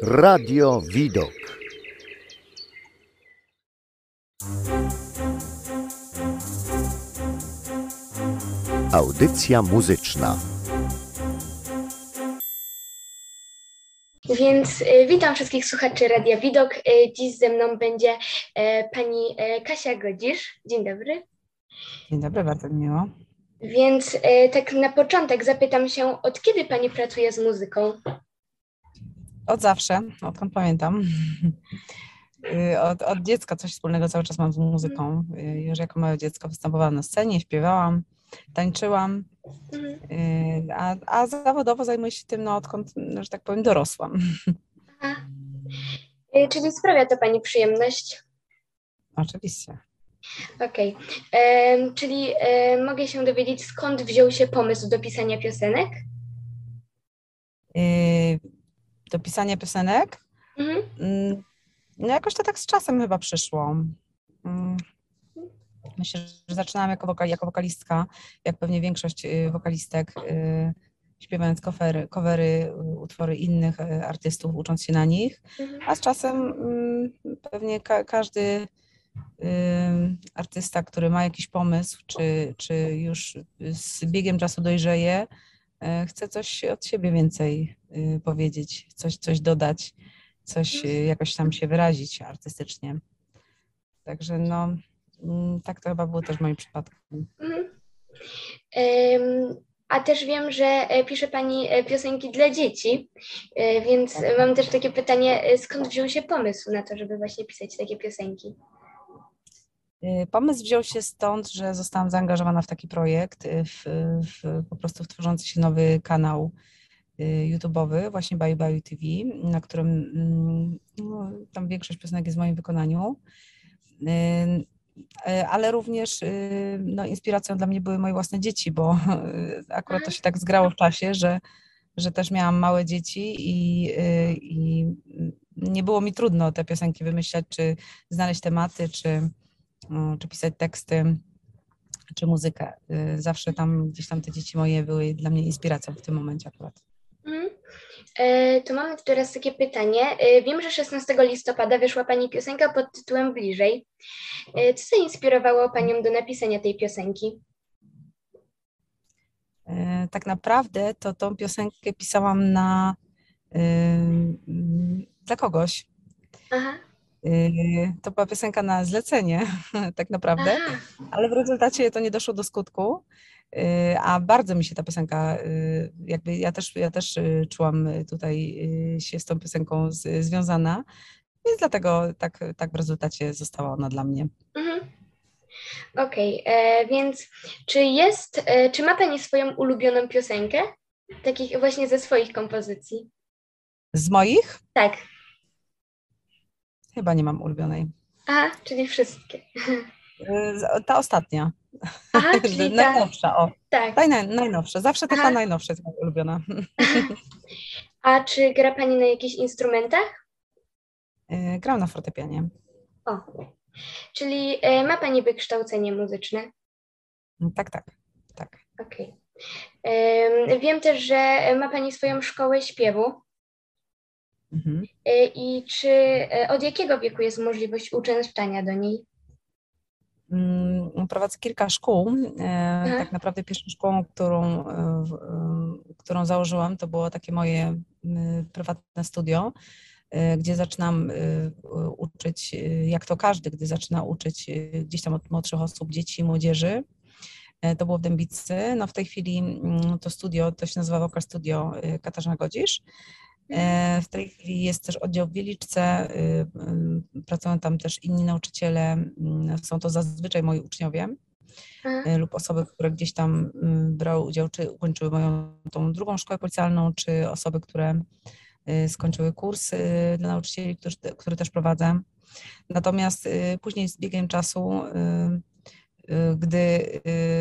Radio Widok. Audycja muzyczna. Więc witam wszystkich słuchaczy Radia Widok. Dziś ze mną będzie pani Kasia Godzisz. Dzień dobry. Dzień dobry, bardzo mi miło. Więc tak na początek zapytam się, od kiedy pani pracuje z muzyką? Od zawsze, odkąd pamiętam. Od dziecka coś wspólnego cały czas mam z muzyką. Już jako małe dziecko występowałam na scenie, śpiewałam, tańczyłam, a zawodowo zajmuję się tym, odkąd, że tak powiem, dorosłam. Aha. Czyli sprawia to pani przyjemność? Oczywiście. Okej. Czyli mogę się dowiedzieć, skąd wziął się pomysł do pisania piosenek? Do pisania piosenek? Jakoś to tak z czasem chyba przyszło. Myślę, że zaczynałam jako wokalistka, jak pewnie większość wokalistek, śpiewając covery, utwory innych artystów, ucząc się na nich, a z czasem pewnie każdy artysta, który ma jakiś pomysł, czy już z biegiem czasu dojrzeje, chce coś od siebie więcej powiedzieć, coś dodać, coś jakoś tam się wyrazić artystycznie. Także tak to chyba było też w moim przypadku. A też wiem, że pisze pani piosenki dla dzieci, więc mam też takie pytanie, skąd wziął się pomysł na to, żeby właśnie pisać takie piosenki? Pomysł wziął się stąd, że zostałam zaangażowana w taki projekt, po prostu w tworzący się nowy kanał YouTube'owy, właśnie Bayu Bayu TV, na którym tam większość piosenek jest w moim wykonaniu, ale również inspiracją dla mnie były moje własne dzieci, bo akurat to się tak zgrało w czasie, że też miałam małe dzieci i nie było mi trudno te piosenki wymyślać, czy znaleźć tematy, czy pisać teksty, czy muzykę. Zawsze gdzieś tam te dzieci moje były dla mnie inspiracją w tym momencie akurat. To mamy teraz takie pytanie. Wiem, że 16 listopada wyszła pani piosenka pod tytułem Bliżej. Co zainspirowało panią do napisania tej piosenki? Tak naprawdę to tą piosenkę pisałam dla kogoś. Aha. To była piosenka na zlecenie, tak naprawdę, ale w rezultacie to nie doszło do skutku, a bardzo mi się ta piosenka, jakby ja też czułam tutaj się z tą piosenką związana, więc dlatego tak w rezultacie została ona dla mnie. Okej, więc czy ma pani swoją ulubioną piosenkę? Takich właśnie ze swoich kompozycji. Z moich? Tak. Chyba nie mam ulubionej. Aha, czyli wszystkie. Ta ostatnia. Aha, czyli najnowsza, Tak. Najnowsza. Zawsze ta najnowsza jest moja ulubiona. A czy gra pani na jakichś instrumentach? Gram na fortepianie. O, czyli ma pani wykształcenie muzyczne? Tak. Okej. Wiem też, że ma pani swoją szkołę śpiewu. I czy od jakiego wieku jest możliwość uczęszczania do niej? Prowadzę kilka szkół. Tak naprawdę pierwszą szkołą, którą założyłam, to było takie moje prywatne studio, gdzie zaczynam uczyć, jak to każdy, gdy zaczyna uczyć gdzieś tam od młodszych osób, dzieci i młodzieży. To było w Dębicy. W tej chwili to studio, to się nazywa Wokal Studio Katarzyna Godzisz. W tej chwili jest też oddział w Wieliczce, pracują tam też inni nauczyciele, są to zazwyczaj moi uczniowie lub osoby, które gdzieś tam brały udział, czy ukończyły moją tą drugą szkołę policjalną, czy osoby, które skończyły kurs dla nauczycieli, który też prowadzę. Natomiast później z biegiem czasu, gdy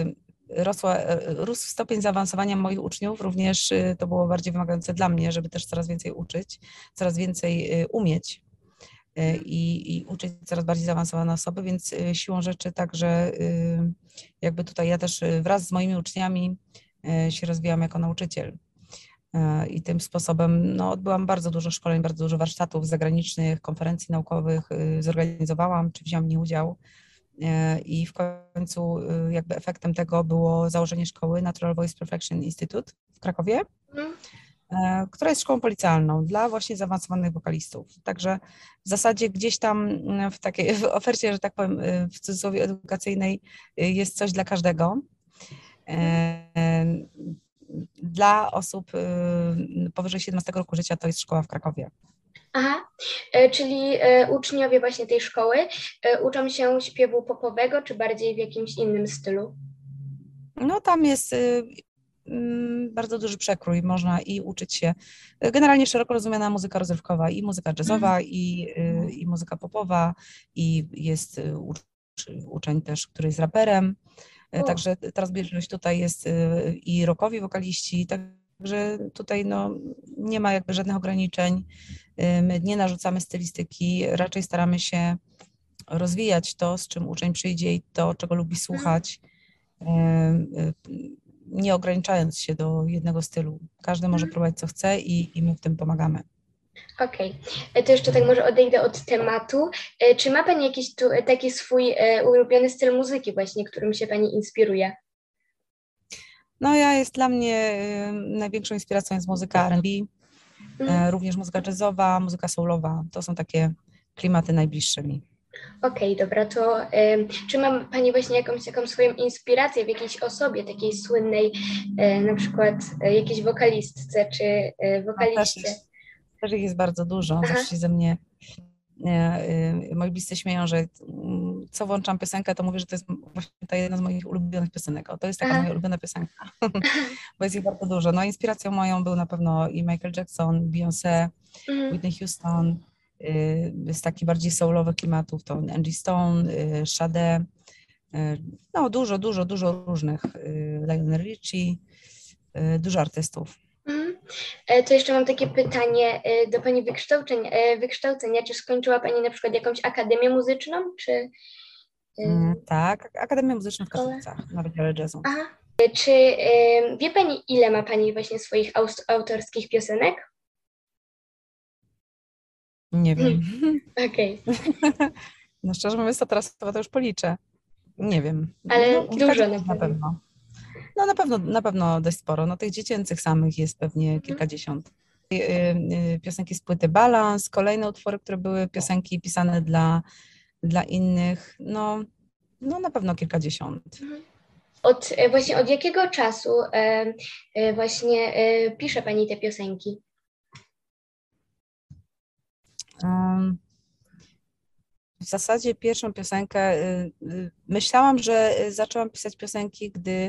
rósł stopień zaawansowania moich uczniów, również to było bardziej wymagające dla mnie, żeby też coraz więcej uczyć, coraz więcej umieć i uczyć coraz bardziej zaawansowane osoby, więc siłą rzeczy także jakby tutaj ja też wraz z moimi uczniami się rozwijam jako nauczyciel. I tym sposobem no, odbyłam bardzo dużo szkoleń, bardzo dużo warsztatów zagranicznych, konferencji naukowych zorganizowałam, czy wziąłem w nich udział. I w końcu jakby efektem tego było założenie szkoły Natural Voice Perfection Institute w Krakowie, która jest szkołą policjalną dla właśnie zaawansowanych wokalistów. Także w zasadzie gdzieś tam w ofercie, że tak powiem, w cudzysłowie edukacyjnej jest coś dla każdego. Dla osób powyżej 17 roku życia to jest szkoła w Krakowie. Aha, czyli uczniowie właśnie tej szkoły uczą się śpiewu popowego, czy bardziej w jakimś innym stylu? No tam jest bardzo duży przekrój, można i uczyć się, generalnie szeroko rozumiana muzyka rozrywkowa i muzyka jazzowa i muzyka popowa i jest uczeń też, który jest raperem, także ta rozbieżność tutaj jest i rockowi wokaliści, także tutaj no, nie ma jakby żadnych ograniczeń, my nie narzucamy stylistyki, raczej staramy się rozwijać to, z czym uczeń przyjdzie i to, czego lubi słuchać, nie ograniczając się do jednego stylu. Każdy może próbować co chce i my w tym pomagamy. Okej. To jeszcze tak może odejdę od tematu. Czy ma Pani jakiś taki swój ulubiony styl muzyki właśnie, którym się Pani inspiruje? No dla mnie największą inspiracją jest muzyka R&B, również muzyka jazzowa, muzyka soulowa. To są takie klimaty najbliższe mi. Okej, dobra, to czy ma Pani właśnie jakąś swoją inspirację w jakiejś osobie takiej słynnej, na przykład jakiejś wokalistce czy wokaliście? Też ich jest bardzo dużo. Aha. Zawsze się ze mnie moi bliscy śmieją, że co włączam piosenkę, to mówię, że to jest właśnie ta jedna z moich ulubionych piosenek. To jest taka moja ulubiona piosenka, bo jest ich bardzo dużo. No inspiracją moją był na pewno i Michael Jackson, Beyoncé, Whitney Houston, z takich bardziej soulowych klimatów to Angie Stone, Sade, no dużo różnych, Lionel Richie, dużo artystów. To jeszcze mam takie pytanie do Pani wykształcenia. Czy skończyła Pani na przykład jakąś akademię muzyczną, czy... Tak, Akademia Muzyczna w Katowicach na Wydziale Jazzu. Aha. Czy wie Pani, ile ma Pani właśnie swoich autorskich piosenek? Nie wiem. Okej. No szczerze mówiąc, to teraz chyba to już policzę. Nie wiem. Ale no, dużo na pewno. No na pewno dość sporo. No tych dziecięcych samych jest pewnie kilkadziesiąt. Piosenki z płyty Balans, kolejne utwory, które były piosenki pisane dla innych, no na pewno kilkadziesiąt. Właśnie od jakiego czasu właśnie pisze Pani te piosenki? W zasadzie pierwszą piosenkę, myślałam, że zaczęłam pisać piosenki,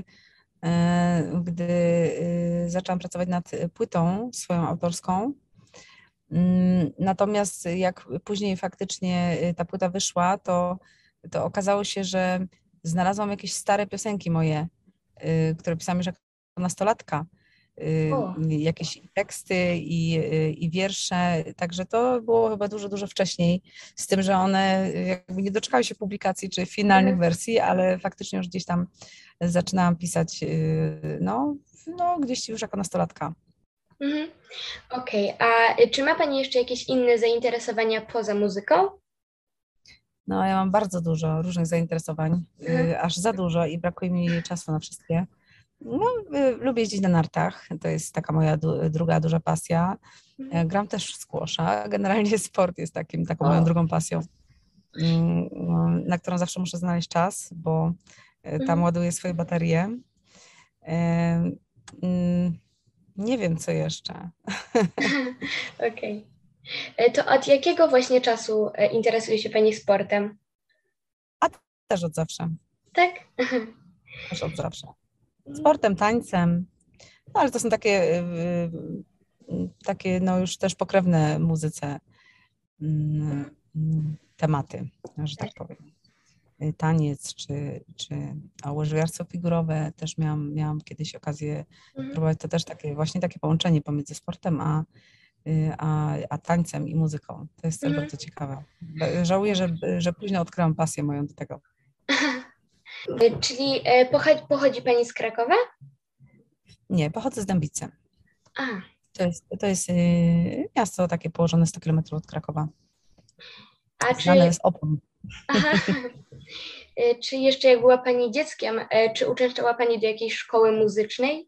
gdy zaczęłam pracować nad płytą swoją autorską. Natomiast jak później faktycznie ta płyta wyszła, to okazało się, że znalazłam jakieś stare piosenki moje, które pisałam już jako nastolatka. Jakieś teksty i wiersze, także to było chyba dużo wcześniej, z tym, że one jakby nie doczekały się publikacji czy finalnych wersji, ale faktycznie już gdzieś tam zaczynałam pisać, no gdzieś już jako nastolatka. Okej, a czy ma Pani jeszcze jakieś inne zainteresowania poza muzyką? No ja mam bardzo dużo różnych zainteresowań, aż za dużo i brakuje mi czasu na wszystkie. No, lubię jeździć na nartach, to jest taka moja druga duża pasja. Gram też w squasha, generalnie sport jest taką moją drugą pasją, na którą zawsze muszę znaleźć czas, bo tam ładuję swoje baterie. Nie wiem, co jeszcze. Okej. To od jakiego właśnie czasu interesuje się Pani sportem? A też od zawsze. Tak? Też od zawsze. Sportem, tańcem, no ale to są takie no już też pokrewne muzyce tematy, że tak powiem. Taniec czy łyżwiarstwo figurowe też miałam kiedyś okazję próbować. To też takie połączenie pomiędzy sportem a tańcem i muzyką. To jest też bardzo ciekawe. Żałuję, że późno odkryłam pasję moją do tego. Czyli pochodzi Pani z Krakowa? Nie, pochodzę z Dębicy. To jest miasto takie położone 100 kilometrów od Krakowa. A Znane czy, jest Opol. aha, czy jeszcze jak była Pani dzieckiem, czy uczęszczała Pani do jakiejś szkoły muzycznej?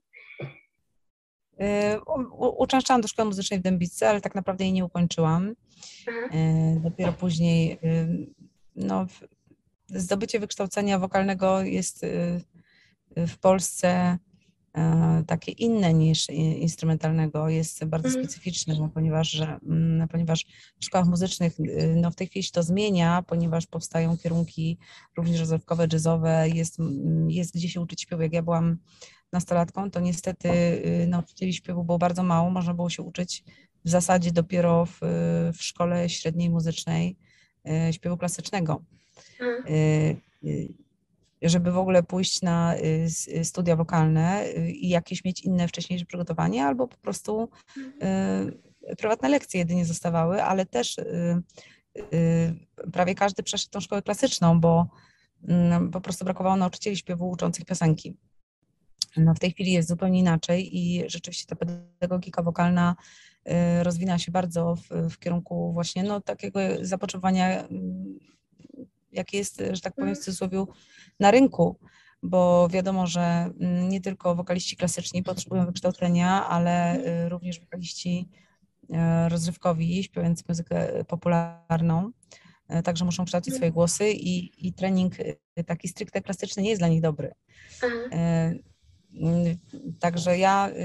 Uczęszczałam do szkoły muzycznej w Dębicy, ale tak naprawdę jej nie ukończyłam. Aha, Dopiero później no, zdobycie wykształcenia wokalnego jest w Polsce takie inne niż instrumentalnego, jest bardzo mhm, specyficzne, ponieważ w szkołach muzycznych no w tej chwili się to zmienia, ponieważ powstają kierunki również rozrywkowe, jazzowe, jest gdzie się uczyć śpiewu. Jak ja byłam nastolatką, to niestety nauczycieli śpiewu było bardzo mało, można było się uczyć w zasadzie dopiero w szkole średniej muzycznej śpiewu klasycznego. aha, Żeby w ogóle pójść na studia wokalne i jakieś mieć inne wcześniejsze przygotowanie, albo po prostu prywatne lekcje jedynie zostawały, ale też prawie każdy przeszedł tą szkołę klasyczną, bo po prostu brakowało nauczycieli śpiewu uczących piosenki. No w tej chwili jest zupełnie inaczej i rzeczywiście ta pedagogika wokalna rozwinęła się bardzo w kierunku właśnie no, takiego zapotrzebowania, jakie jest, że tak powiem w cudzysłowie, na rynku, bo wiadomo, że nie tylko wokaliści klasyczni potrzebują wykształcenia, ale również wokaliści rozrywkowi, śpiewający muzykę popularną, także muszą kształcić swoje głosy i trening taki stricte klasyczny nie jest dla nich dobry. aha, Także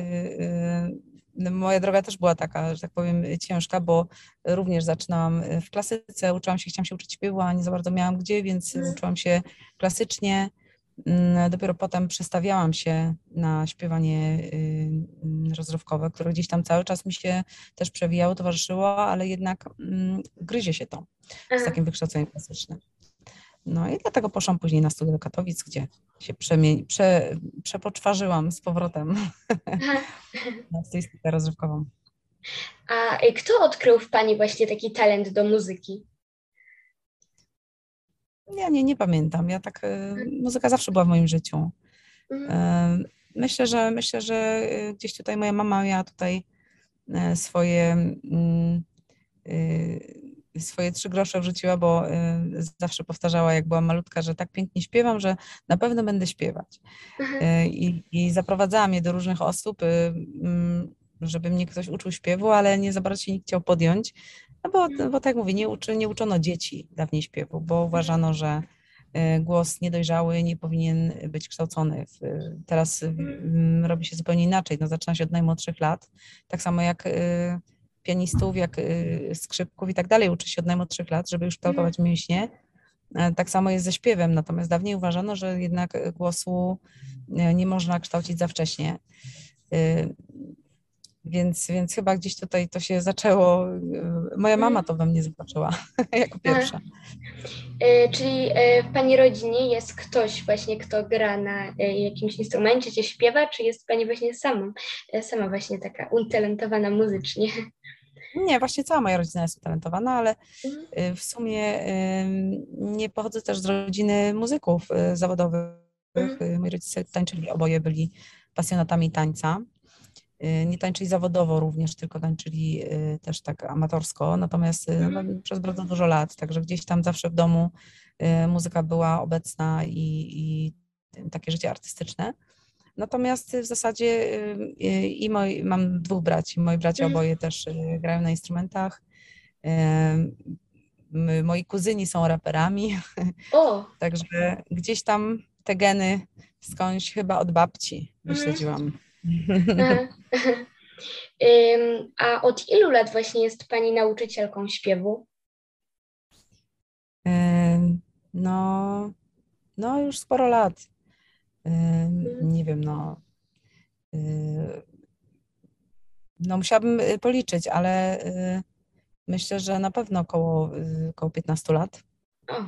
moja droga też była taka, że tak powiem, ciężka, bo również zaczynałam w klasyce, chciałam się uczyć śpiewu, a nie za bardzo miałam gdzie, więc uczyłam się klasycznie. Dopiero potem przestawiałam się na śpiewanie rozrywkowe, które gdzieś tam cały czas mi się też przewijało, towarzyszyło, ale jednak gryzie się to z aha. takim wykształceniem klasycznym. No i dlatego poszłam później na studia do Katowic, gdzie się przepoczwarzyłam z powrotem Aha. na stylistykę rozrywkową. A kto odkrył w Pani właśnie taki talent do muzyki? Ja nie pamiętam. Ja tak, muzyka zawsze była w moim życiu. Mhm, Myślę, że gdzieś tutaj moja mama miała tutaj swoje, swoje 3 grosze wrzuciła, bo zawsze powtarzała, jak byłam malutka, że tak pięknie śpiewam, że na pewno będę śpiewać. aha, I zaprowadzała mnie do różnych osób, żeby mnie ktoś uczył śpiewu, ale nie za bardzo się nikt chciał podjąć, no bo tak jak mówię, nie uczono dzieci dawniej śpiewu, bo uważano, że głos niedojrzały nie powinien być kształcony. Teraz robi się zupełnie inaczej, no zaczyna się od najmłodszych lat, tak samo jak pianistów, jak skrzypków i tak dalej, uczy się od najmłodszych lat, żeby już kształtować mięśnie. Tak samo jest ze śpiewem, natomiast dawniej uważano, że jednak głosu nie można kształcić za wcześnie. Więc chyba gdzieś tutaj to się zaczęło. Moja mama to we mnie zobaczyła jako pierwsza. Czyli w Pani rodzinie jest ktoś właśnie, kto gra na jakimś instrumencie, czy śpiewa, czy jest Pani właśnie sama właśnie taka utalentowana muzycznie? Nie, właśnie cała moja rodzina jest utalentowana, ale Mhm, w sumie nie pochodzę też z rodziny muzyków zawodowych. mhm, Moi rodzice tańczyli, oboje byli pasjonatami tańca. Nie tańczyli zawodowo również, tylko tańczyli też tak amatorsko, natomiast no, przez bardzo dużo lat, także gdzieś tam zawsze w domu muzyka była obecna i takie życie artystyczne. Natomiast w zasadzie mam 2 braci, moi bracia mhm. oboje też grają na instrumentach. Moi kuzyni są raperami, O, także gdzieś tam te geny skądś chyba od babci mhm. wyśledziłam. Aha. A od ilu lat właśnie jest Pani nauczycielką śpiewu? No, no już sporo lat. Mhm, Nie wiem, no musiałabym policzyć, ale myślę, że na pewno około 15 lat, O,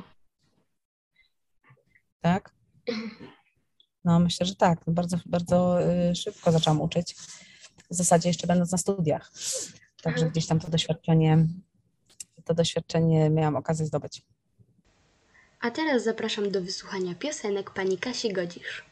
tak? No myślę, że tak. Bardzo, bardzo szybko zaczęłam uczyć. W zasadzie jeszcze będąc na studiach. Także aha. gdzieś tam to doświadczenie miałam okazję zdobyć. A teraz zapraszam do wysłuchania piosenek Pani Kasi Godzisz.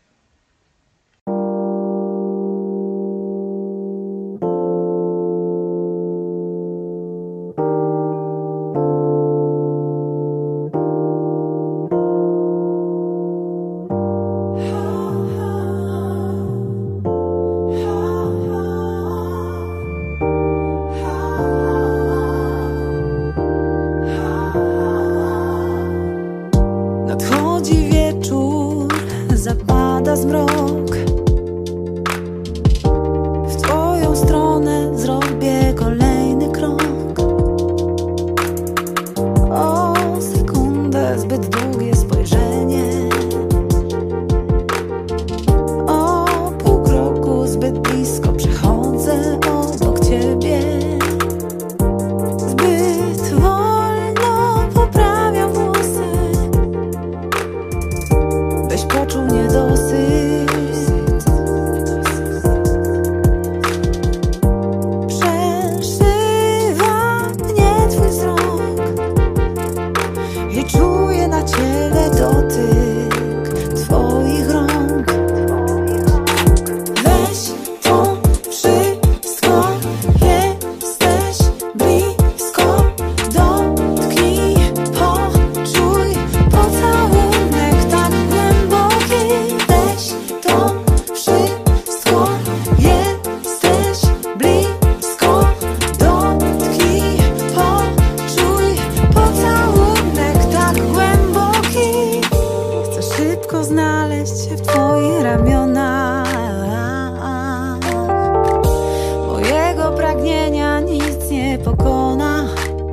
nie pokona.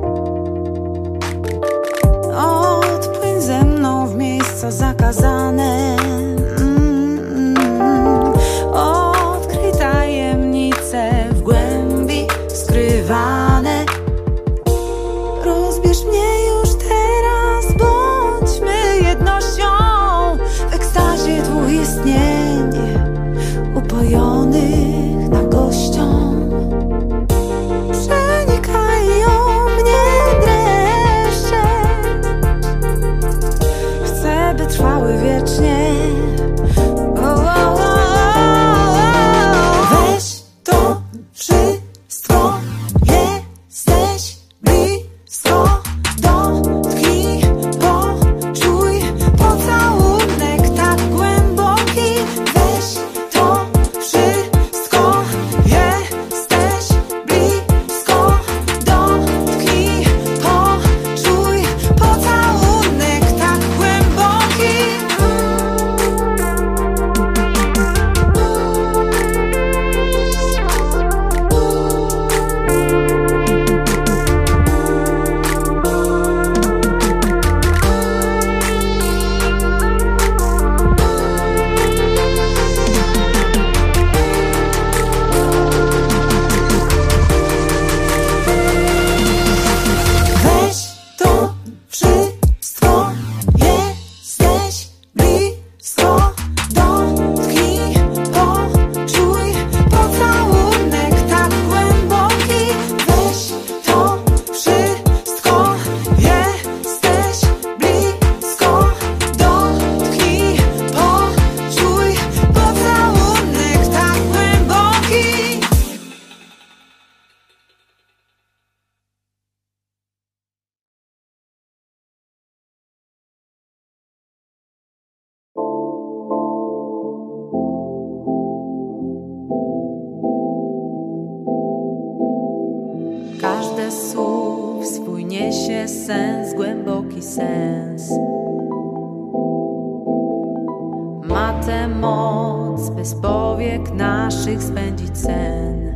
Odpłyń ze mną w miejsca zakazane. Odkryj tajemnice w głębi skrywane. Rozbierz mnie już teraz, bądźmy jednością. W ekstazie dwóch istnień upojonych nagością. Przenikają mnie dreszcze. Chcę, by trwały wiecznie. Weź to wszystko, jesteś blisko. Dotknij, poczuj pocałunek tak głęboki. Weź to wszystko, jesteś blisko. Dotknij, poczuj pocałunek tak głęboki. Weź to wszystko, jesteś blisko. Dotknij, poczuj pocałunek tak głęboki. Weź to wszystko, jesteś blisko. Dotknij, poczuj pocałunek tak głęboki. Każde z słów swój niesie sens, głęboki sens. Ma tę moc, by z powiek naszych spędzić sen.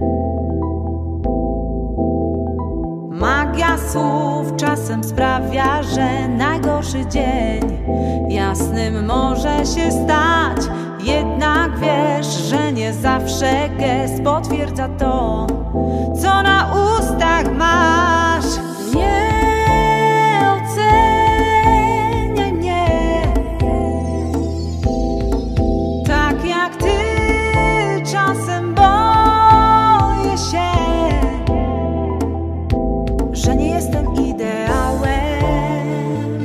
Magia słów czasem sprawia, że najgorszy dzień jasnym może się stać. Jednak wiesz, że nie zawsze gest potwierdza to, co na ustach masz. Nie oceniaj mnie tak jak ty. Czasem boję się, że nie jestem ideałem,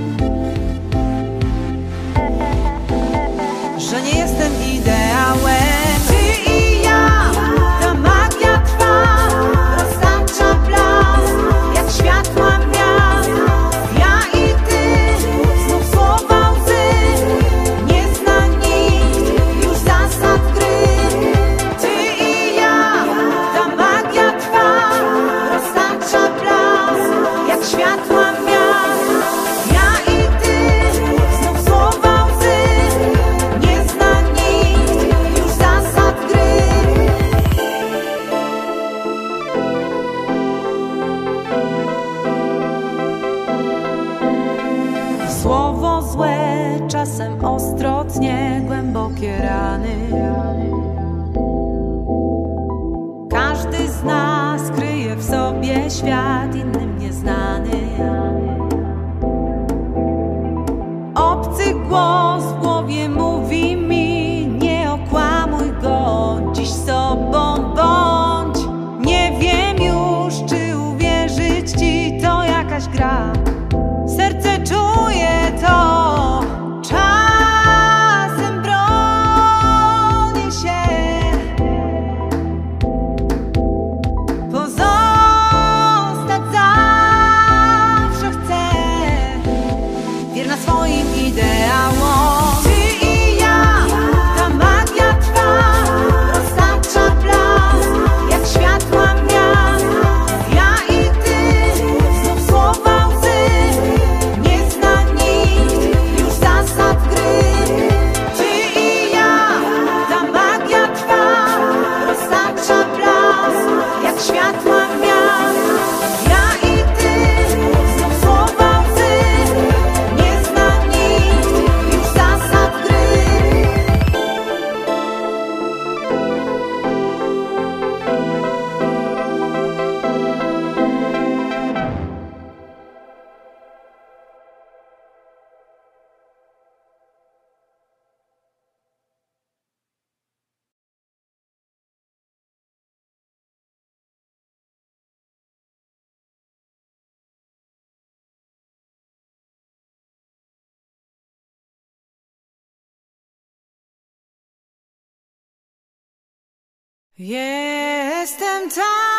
że nie jestem ideałem. Ty i ja, ta magia trwa, roztacza blask jak światła miast. Ja i ty, znów słowa łzy, nie zna nikt już zasad gry. Ty i ja, ta magia trwa, roztacza blask jak światła miast. Ja i ty, znów słowa łzy, nie zna nikt już zasad gry. Słowo złe czasem ostro tnie głębokie rany. Każdy z nas kryje w sobie świat innym nieznany. Obcy głos w głowie mówi mi: nie okłamuj go, dziś sobą bądź. Nie wiem już, czy uwierzyć ci, to jakaś gra. Serce czuje to. Czasem bronię się. Pozostać za Jestem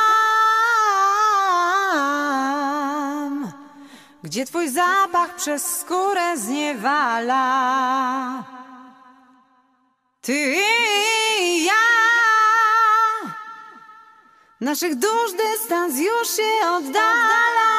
tam, gdzie twój zapach przez skórę zniewala. Ty i ja, naszych dusz dystans już się oddala.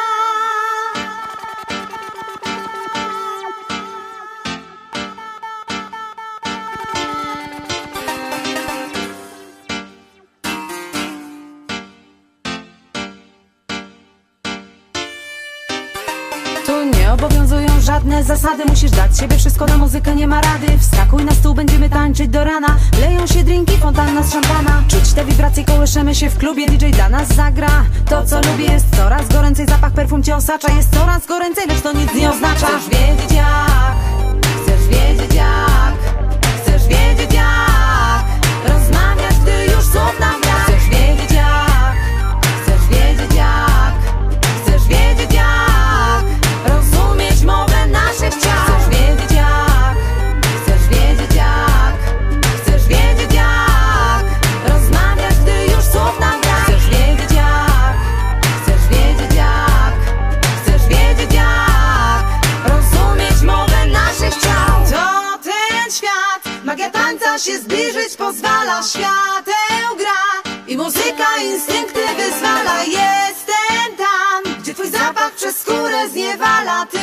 Tu nie obowiązują żadne zasady. Musisz dać siebie wszystko, na muzykę nie ma rady. Wskakuj na stół, będziemy tańczyć do rana. Leją się drinki, fontanna z szampana. Czuć te wibracje, kołyszemy się w klubie. DJ dla nas zagra to, co lubię. Jest coraz goręcej, zapach perfum cię osacza. Jest coraz goręcej, lecz to nic nie oznacza. Chcesz wiedzieć jak, chcesz wiedzieć jak, chcesz wiedzieć jak rozmawiać, gdy już słów nam brak. Chcesz wiedzieć jak, chcesz wiedzieć jak, chcesz wiedzieć jak rozumieć mowę naszych ciał. Chcesz wiedzieć jak, chcesz wiedzieć jak, chcesz wiedzieć jak rozmawiać, gdy już słów nam brak. Chcesz wiedzieć jak, chcesz wiedzieć jak, chcesz wiedzieć jak rozumieć mowę naszych ciał. To ten świat, magia tańca się zbliżyć pozwala. Świateł gra i muzyka instynkty wyzwala. Jestem tam, gdzie twój zapach przez skórę zniewala. Ty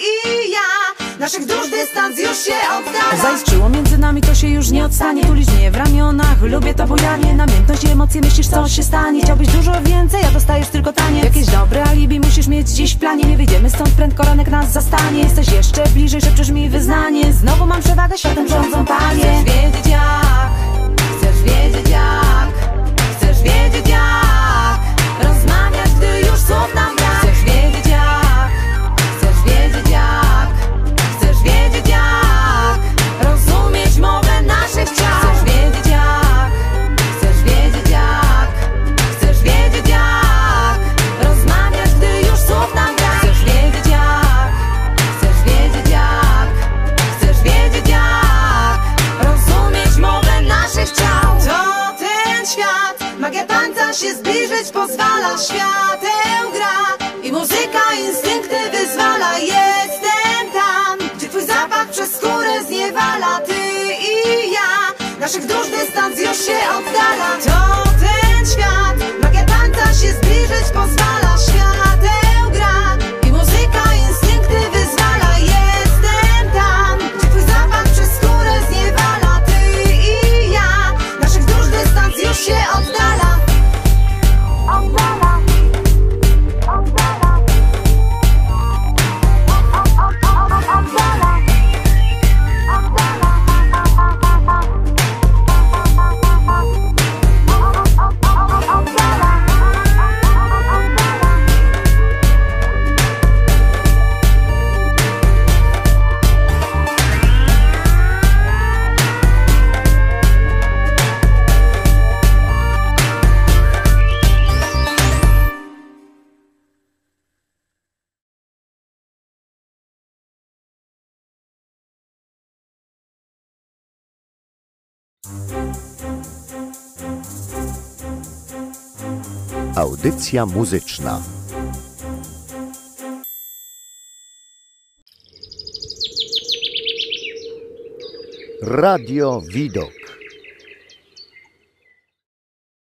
i ja, naszych dusz dystans już się oddala. Zaiskrzyło między nami, to się już nie odstanie. Tulisz mnie w ramionach, lubię to bujanie. Namiętność i emocje, myślisz co się stanie. Chciałbyś dużo więcej, a dostajesz tylko tanie. Jakieś dobre alibi musisz mieć dziś w planie. Nie wyjdziemy stąd, prędko ranek nas zastanie. Jesteś jeszcze bliżej, szepczesz mi wyznanie. Znowu mam przewagę, światem rządzą panie. Chcesz wiedzieć jak, chcesz wiedzieć jak, chcesz wiedzieć jak rozmawiać, gdy już słów nam brak. Chcesz wiedzieć jak, chcesz wiedzieć jak, chcesz wiedzieć jak rozumieć mowę naszych ciał. Chcesz wiedzieć jak, chcesz wiedzieć jak, chcesz wiedzieć jak rozmawiać, gdy już słów nam brak. Chcesz wiedzieć jak, chcesz wiedzieć jak, chcesz wiedzieć jak rozumieć mowę naszych ciał. To ten świat, magia tańca się zbliżyć pozwala. Świateł gra i muzyka instynkty wyzwala. Jestem tam, gdzie twój zapach przez skórę zniewala. Ty i ja, naszych dusz dystans już się oddala. To ten świat, magia tańca się zbliżyć pozwala. Świateł gra i muzyka instynkty wyzwala. Jestem tam, gdzie twój zapach przez skórę zniewala. Ty i ja, naszych dusz dystans już się oddala. Oddala, oddala, oddala, Audycja muzyczna. Radio Widok.